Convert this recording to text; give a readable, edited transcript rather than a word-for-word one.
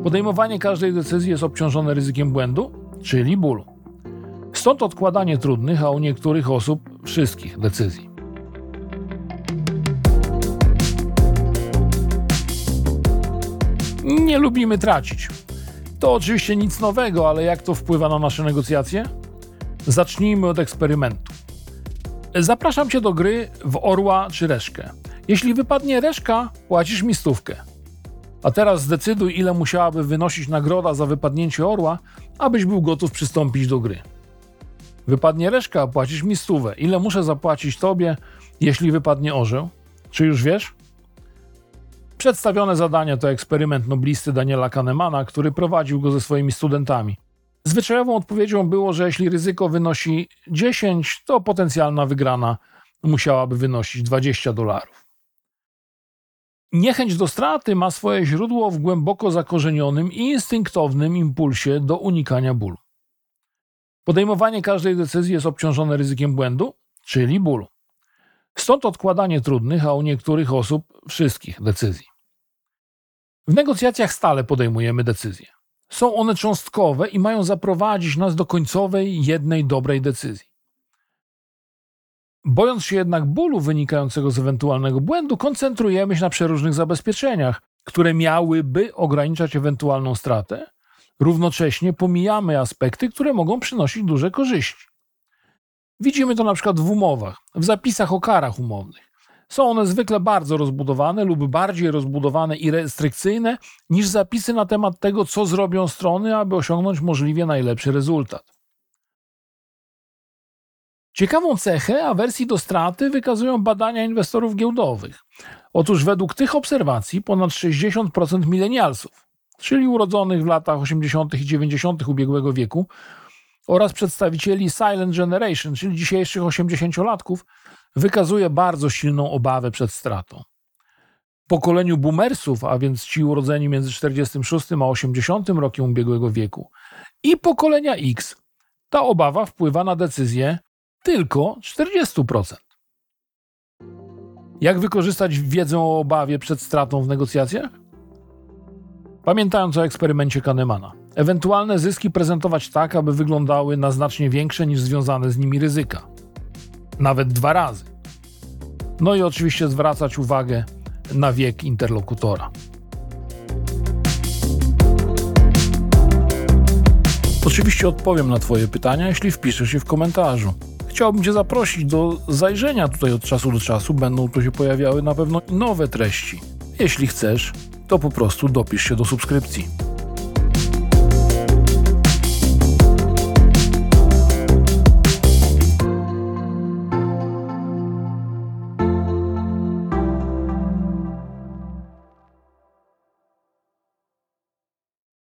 Podejmowanie każdej decyzji jest obciążone ryzykiem błędu, czyli bólu. Stąd odkładanie trudnych, a u niektórych osób wszystkich decyzji. Nie lubimy tracić. To oczywiście nic nowego, ale jak to wpływa na nasze negocjacje? Zacznijmy od eksperymentu. Zapraszam Cię do gry w orła czy reszkę. Jeśli wypadnie reszka, płacisz mi 100. A teraz zdecyduj, ile musiałaby wynosić nagroda za wypadnięcie orła, abyś był gotów przystąpić do gry. Wypadnie reszka, płacisz mi 100. Ile muszę zapłacić Tobie, jeśli wypadnie orzeł? Czy już wiesz? Przedstawione zadanie to eksperyment noblisty Daniela Kahnemana, który prowadził go ze swoimi studentami. Zwyczajową odpowiedzią było, że jeśli ryzyko wynosi 10, to potencjalna wygrana musiałaby wynosić $20. Niechęć do straty ma swoje źródło w głęboko zakorzenionym i instynktownym impulsie do unikania bólu. Podejmowanie każdej decyzji jest obciążone ryzykiem błędu, czyli bólu. Stąd odkładanie trudnych, a u niektórych osób wszystkich decyzji. W negocjacjach stale podejmujemy decyzje. Są one cząstkowe i mają zaprowadzić nas do końcowej, jednej dobrej decyzji. Bojąc się jednak bólu wynikającego z ewentualnego błędu, koncentrujemy się na przeróżnych zabezpieczeniach, które miałyby ograniczać ewentualną stratę. Równocześnie pomijamy aspekty, które mogą przynosić duże korzyści. Widzimy to na przykład w umowach, w zapisach o karach umownych. Są one zwykle bardzo rozbudowane lub bardziej rozbudowane i restrykcyjne niż zapisy na temat tego, co zrobią strony, aby osiągnąć możliwie najlepszy rezultat. Ciekawą cechę awersji do straty wykazują badania inwestorów giełdowych. Otóż według tych obserwacji ponad 60% milenialsów, czyli urodzonych w latach 80. i 90. ubiegłego wieku, oraz przedstawicieli Silent Generation, czyli dzisiejszych 80-latków, wykazuje bardzo silną obawę przed stratą. Pokoleniu boomersów, a więc ci urodzeni między 46 a 80 rokiem ubiegłego wieku, i pokolenia X, ta obawa wpływa na decyzję tylko 40%. Jak wykorzystać wiedzę o obawie przed stratą w negocjacjach? Pamiętając o eksperymencie Kahnemana. Ewentualne zyski prezentować tak, aby wyglądały na znacznie większe niż związane z nimi ryzyka. Nawet 2 razy. No i oczywiście zwracać uwagę na wiek interlokutora. Oczywiście odpowiem na Twoje pytania, jeśli wpiszesz je w komentarzu. Chciałbym Cię zaprosić do zajrzenia tutaj od czasu do czasu. Będą tu się pojawiały na pewno nowe treści. Jeśli chcesz, to po prostu dopisz się do subskrypcji.